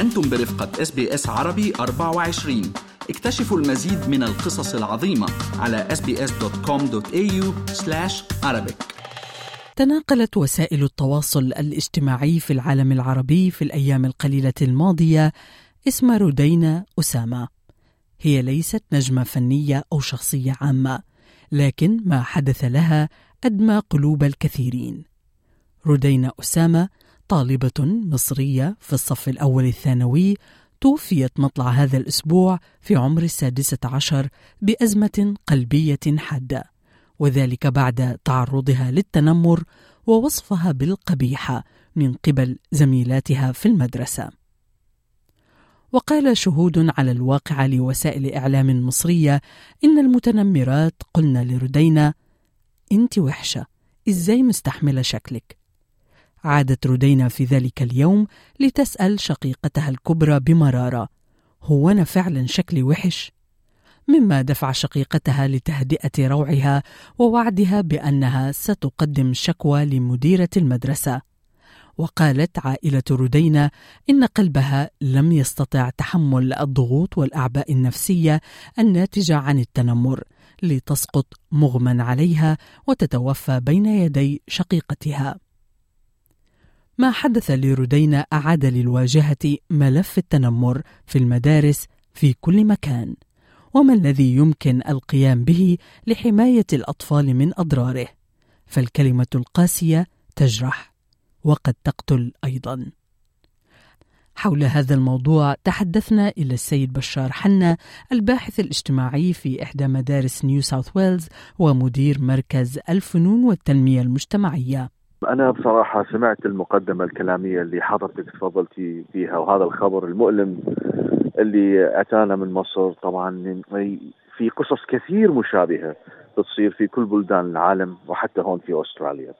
أنتم برفقة SBS عربي 24. اكتشفوا المزيد من القصص العظيمة على sbs.com.au/Arabic. تناقلت وسائل التواصل الاجتماعي في العالم العربي في الأيام القليلة الماضية اسم رودينا أسامة. هي ليست نجمة فنية أو شخصية عامة، لكن ما حدث لها أدمى قلوب الكثيرين. رودينا أسامة طالبة مصرية في الصف الأول الثانوي توفيت مطلع هذا الأسبوع في عمر 16 بأزمة قلبية حادة، وذلك بعد تعرضها للتنمر ووصفها بالقبيحة من قبل زميلاتها في المدرسة. وقال شهود على الواقع لوسائل إعلام مصرية إن المتنمرات قلنا لرودينا: أنت وحشة، إزاي مستحملة شكلك؟ عادت رودينا في ذلك اليوم لتسأل شقيقتها الكبرى بمرارة: هو أنا فعلا شكلي وحش؟ مما دفع شقيقتها لتهدئة روعها ووعدها بأنها ستقدم شكوى لمديرة المدرسة. وقالت عائلة رودينا إن قلبها لم يستطع تحمل الضغوط والأعباء النفسية الناتجة عن التنمر لتسقط مغمى عليها وتتوفى بين يدي شقيقتها. ما حدث لرودينا أعاد للواجهة ملف التنمر في المدارس في كل مكان، وما الذي يمكن القيام به لحماية الأطفال من أضراره، فالكلمة القاسية تجرح وقد تقتل أيضا. حول هذا الموضوع تحدثنا إلى السيد بشار حنا، الباحث الاجتماعي في إحدى مدارس نيو ساوث ويلز ومدير مركز الفنون والتنمية المجتمعية. أنا بصراحة سمعت المقدمة الكلامية اللي حضرتك تفضلتي فيها، وهذا الخبر المؤلم اللي أتانا من مصر. طبعا في قصص كثير مشابهة بتصير في كل بلدان العالم وحتى هون في أستراليا.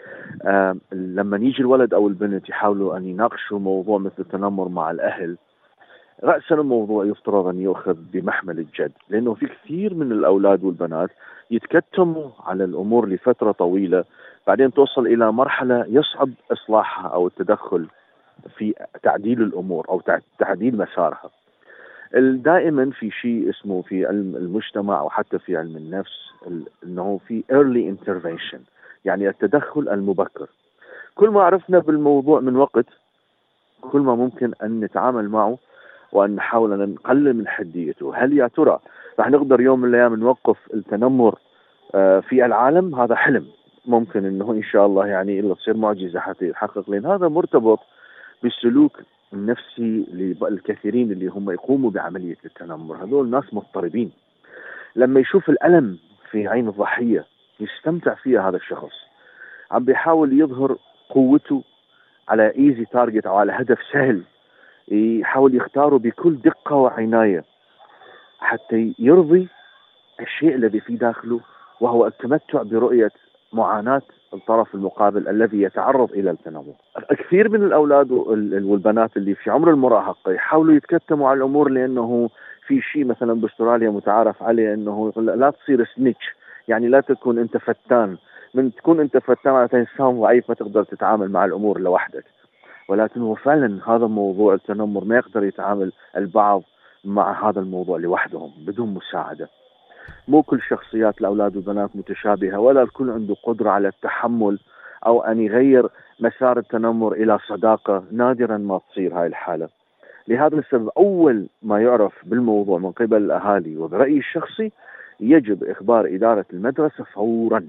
لما يجي الولد أو البنت يحاولوا أن يناقشوا موضوع مثل التنمر مع الأهل، رأسا الموضوع يفترض أن يؤخذ بمحمل الجد، لأنه في كثير من الأولاد والبنات يتكتموا على الأمور لفترة طويلة، بعدين توصل إلى مرحلة يصعب إصلاحها أو التدخل في تعديل الأمور أو تعديل مسارها. دائما في شيء اسمه في علم المجتمع أو حتى في علم النفس أنه في early intervention، يعني التدخل المبكر. كل ما عرفنا بالموضوع من وقت، كل ما ممكن أن نتعامل معه وأن نحاول أن نقلل من حديته. هل يا ترى رح نقدر يوم من الأيام نوقف التنمر في العالم؟ هذا حلم ممكن أنه إن شاء الله يعني إلا تصير معجزة حتى يتحقق، لأن هذا مرتبط بالسلوك النفسي للكثيرين اللي هم يقوموا بعملية التنمر. هذول ناس مضطربين، لما يشوف الألم في عين الضحية يستمتع فيها. هذا الشخص عم بيحاول يظهر قوته على ايزي تارجت أو على هدف سهل، يحاول يختاره بكل دقة وعناية حتى يرضي الشيء الذي في داخله، وهو التمتع برؤية معاناة الطرف المقابل الذي يتعرض إلى التنمر. كثير من الأولاد والبنات اللي في عمر المراهقة يحاولوا يتكتموا على الأمور، لأنه في شيء مثلا باستراليا متعارف عليه أنه لا تصير سنيتش، يعني لا تكون أنت فتان. من تكون أنت فتان على إنسان ضعيف ما تقدر تتعامل مع الأمور لوحدك. ولكن هو فعلا هذا موضوع التنمر ما يقدر يتعامل البعض مع هذا الموضوع لوحدهم بدون مساعدة. مو كل شخصيات الأولاد والبنات متشابهة، ولا الكل عنده قدرة على التحمل أو أن يغير مسار التنمر إلى صداقة. نادرا ما تصير هاي الحالة. لهذا السبب أول ما يعرف بالموضوع من قبل الأهالي وبرأيي الشخصي يجب إخبار إدارة المدرسة فورا.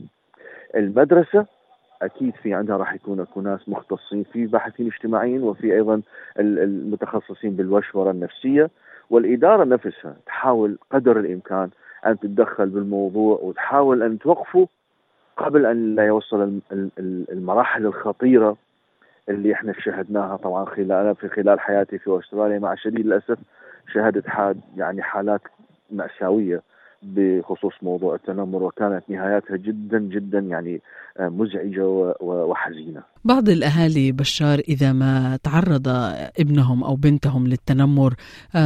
المدرسة أكيد في عندها راح يكون ناس مختصين، في باحثين اجتماعيين وفي أيضا المتخصصين بالوشورة النفسية، والإدارة نفسها تحاول قدر الإمكان أن تتدخل بالموضوع وتحاول أن توقفه قبل أن لا يوصل المراحل الخطيرة اللي احنا شاهدناها. طبعا في خلال حياتي في أستراليا مع شديد الأسف شهدت يعني حالات مأساوية بخصوص موضوع التنمر، وكانت نهاياتها جدا جدا يعني مزعجة وحزينة. بعض الأهالي بشار إذا ما تعرض ابنهم أو بنتهم للتنمر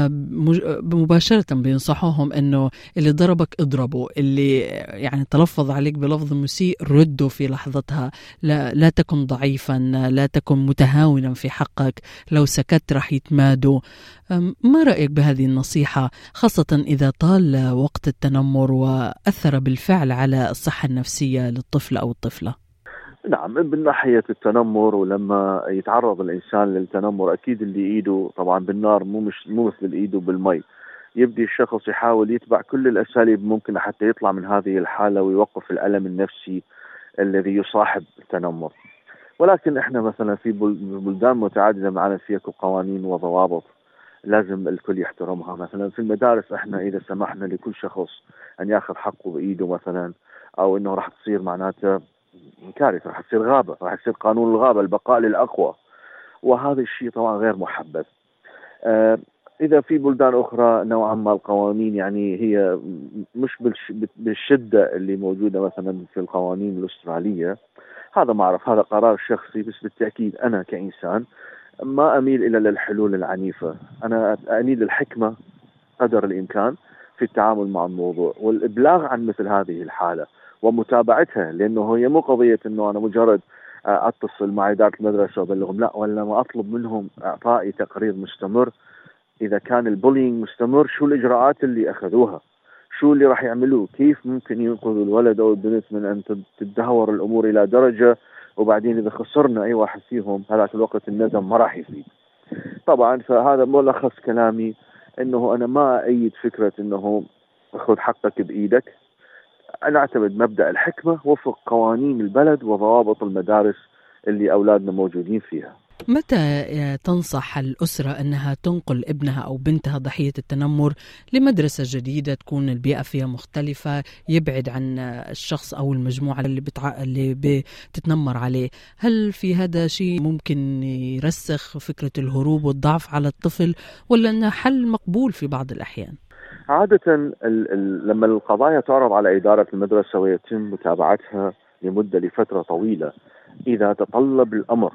مباشرة بينصحوهم أنه اللي ضربك اضربه، اللي يعني تلفظ عليك بلفظ مسيء رده في لحظتها، لا تكن ضعيفا، لا تكن متهاونا في حقك، لو سكت رح يتمادوا. ما رأيك بهذه النصيحة، خاصة إذا طال وقت التنمر وأثر بالفعل على الصحة النفسية للطفل أو الطفلة؟ نعم، من ناحية التنمر، ولما يتعرض الإنسان للتنمر أكيد اللي إيده طبعا بالنار مو مثل إيده بالمي. يبدي الشخص يحاول يتبع كل الأساليب ممكنة حتى يطلع من هذه الحالة ويوقف الألم النفسي الذي يصاحب التنمر. ولكن إحنا مثلا في بلدان متعددة معنا فيها قوانين وضوابط لازم الكل يحترمها. مثلا في المدارس إحنا إذا سمحنا لكل شخص أن يأخذ حقه بإيده مثلا، أو إنه راح تصير معناته كارثة، راح تصير غابة، راح يصير قانون الغابة، البقاء للأقوى، وهذا الشيء طبعا غير محبذ. إذا في بلدان أخرى نوعا ما القوانين يعني هي مش بالشدة اللي موجودة مثلا في القوانين الأسترالية، هذا ما أعرف، هذا قرار شخصي. بس بالتأكيد أنا كإنسان ما أميل إلى الحلول العنيفة، أنا أميل للحكمة قدر الإمكان في التعامل مع الموضوع، والإبلاغ عن مثل هذه الحالة ومتابعتها، لأنه هي مو قضية أنه أنا مجرد أتصل مع إدارة المدرسة وأبلغهم، لا، ولا ما أطلب منهم إعطائي تقرير مستمر إذا كان البولينج مستمر، شو الإجراءات اللي أخذوها، شو اللي راح يعملوه، كيف ممكن ينقذوا الولد أو البنت من أن تتدهور الأمور إلى درجة وبعدين إذا خسرنا أي واحد فيهم هذاك الوقت الندم ما راح يفيد. طبعا فهذا ملخص كلامي، أنه أنا ما أيد فكرة أنه أخذ حقك بإيدك. أنا أعتمد مبدأ الحكمة وفق قوانين البلد وضوابط المدارس اللي أولادنا موجودين فيها. متى تنصح الأسرة أنها تنقل ابنها أو بنتها ضحية التنمر لمدرسة جديدة تكون البيئة فيها مختلفة، يبعد عن الشخص أو المجموعة اللي بتتنمر عليه؟ هل في هذا شيء ممكن يرسخ فكرة الهروب والضعف على الطفل، ولا أنه حل مقبول في بعض الأحيان؟ عادة لما القضايا تعرض على إدارة المدرسة ويتم متابعتها لفترة طويلة، إذا تطلب الأمر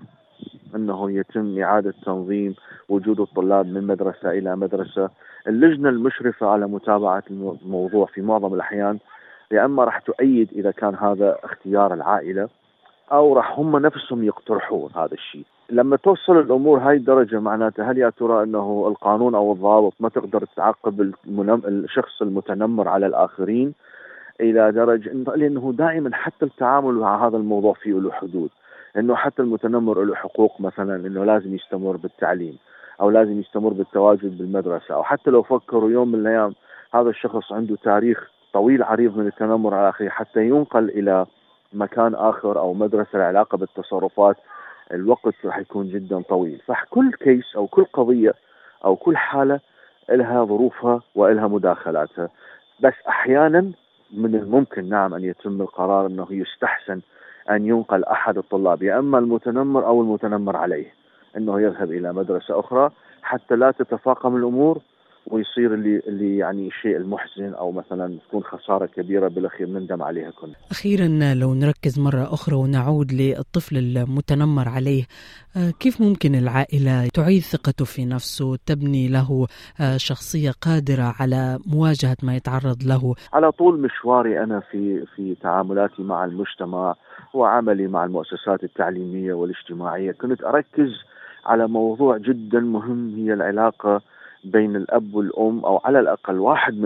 أنه يتم إعادة تنظيم وجود الطلاب من مدرسة إلى مدرسة، اللجنة المشرفة على متابعة الموضوع في معظم الأحيان يا أما راح تؤيد إذا كان هذا اختيار العائلة، أو راح هم نفسهم يقترحوا هذا الشيء. لما توصل الأمور هاي الدرجة معناتها هل يا ترى أنه القانون أو الضوابط ما تقدر تعاقب الشخص المتنمر على الآخرين إلى درجة، لأنه دائما حتى التعامل مع هذا الموضوع فيه له حدود، انه حتى المتنمر له حقوق، مثلا انه لازم يستمر بالتعليم او لازم يستمر بالتواجد بالمدرسة، او حتى لو فكروا يوم من الايام هذا الشخص عنده تاريخ طويل عريض من التنمر على اخيه حتى ينقل الى مكان اخر او مدرسة العلاقة بالتصرفات، الوقت راح يكون جدا طويل. فكل كيس او كل قضية او كل حالة لها ظروفها والها مداخلاتها، بس احيانا من الممكن نعم ان يتم القرار انه يستحسن أن ينقل أحد الطلاب يا أما المتنمر أو المتنمر عليه أنه يذهب إلى مدرسة أخرى حتى لا تتفاقم الأمور ويصير اللي يعني الشيء المحزن أو مثلا تكون خسارة كبيرة بالأخير نندم عليها كلنا. أخيرا لو نركز مرة أخرى ونعود للطفل المتنمر عليه، كيف ممكن العائلة تعيد ثقته في نفسه، تبني له شخصية قادرة على مواجهة ما يتعرض له؟ على طول مشواري أنا في تعاملاتي مع المجتمع وعملي مع المؤسسات التعليمية والاجتماعية كنت أركز على موضوع جدا مهم، هي العلاقة بين الأب والأم، أو على الأقل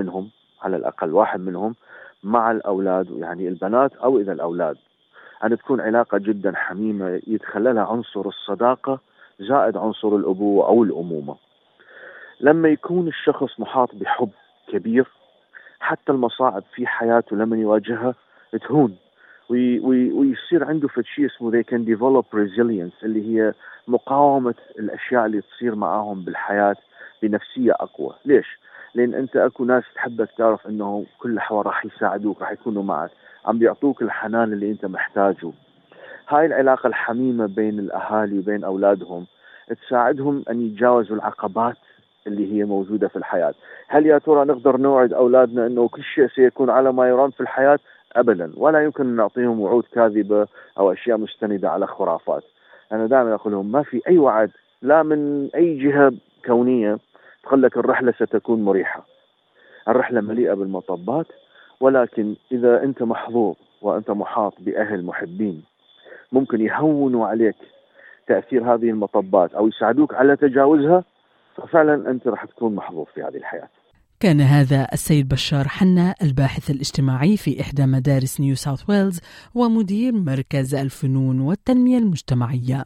واحد منهم مع الأولاد، يعني البنات أو إذا الأولاد، أن تكون علاقة جدا حميمة يتخللها عنصر الصداقة زائد عنصر الأبوة أو الأمومة. لما يكون الشخص محاط بحب كبير حتى المصاعب في حياته لما يواجهها تهون، ويصير عنده شيء اسمه they can develop resilience، اللي هي مقاومة الأشياء اللي تصير معاهم بالحياة بنفسية أقوى. ليش؟ لأن أنت أكو ناس تحبك تعرف أنه كل حوار راح يساعدوك، راح يكونوا معك، عم بيعطوك الحنان اللي أنت محتاجه. هاي العلاقة الحميمة بين الأهالي وبين أولادهم تساعدهم أن يتجاوزوا العقبات اللي هي موجودة في الحياة. هل يا ترى نقدر نوعد أولادنا أنه كل شيء سيكون على ما يرام في الحياة؟ أبدا، ولا يمكن أن نعطيهم وعود كاذبة أو أشياء مستندة على خرافات. أنا دائما أقول لهم ما في أي وعد لا من أي جهة كونية تقول لك الرحلة ستكون مريحة. الرحلة مليئة بالمطبات، ولكن إذا أنت محظوظ وأنت محاط بأهل محبين ممكن يهونوا عليك تأثير هذه المطبات أو يساعدوك على تجاوزها، ففعلا أنت رح تكون محظوظ في هذه الحياة. كان هذا السيد بشار حنا، الباحث الاجتماعي في إحدى مدارس نيو ساوث ويلز ومدير مركز الفنون والتنمية المجتمعية.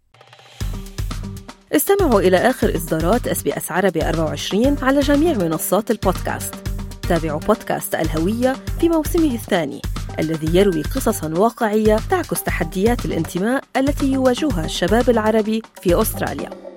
استمعوا إلى آخر إصدارات SBS عربي 24 على جميع منصات البودكاست. تابعوا بودكاست الهوية في موسمه الثاني الذي يروي قصصاً واقعية تعكس تحديات الانتماء التي يواجهها الشباب العربي في أستراليا.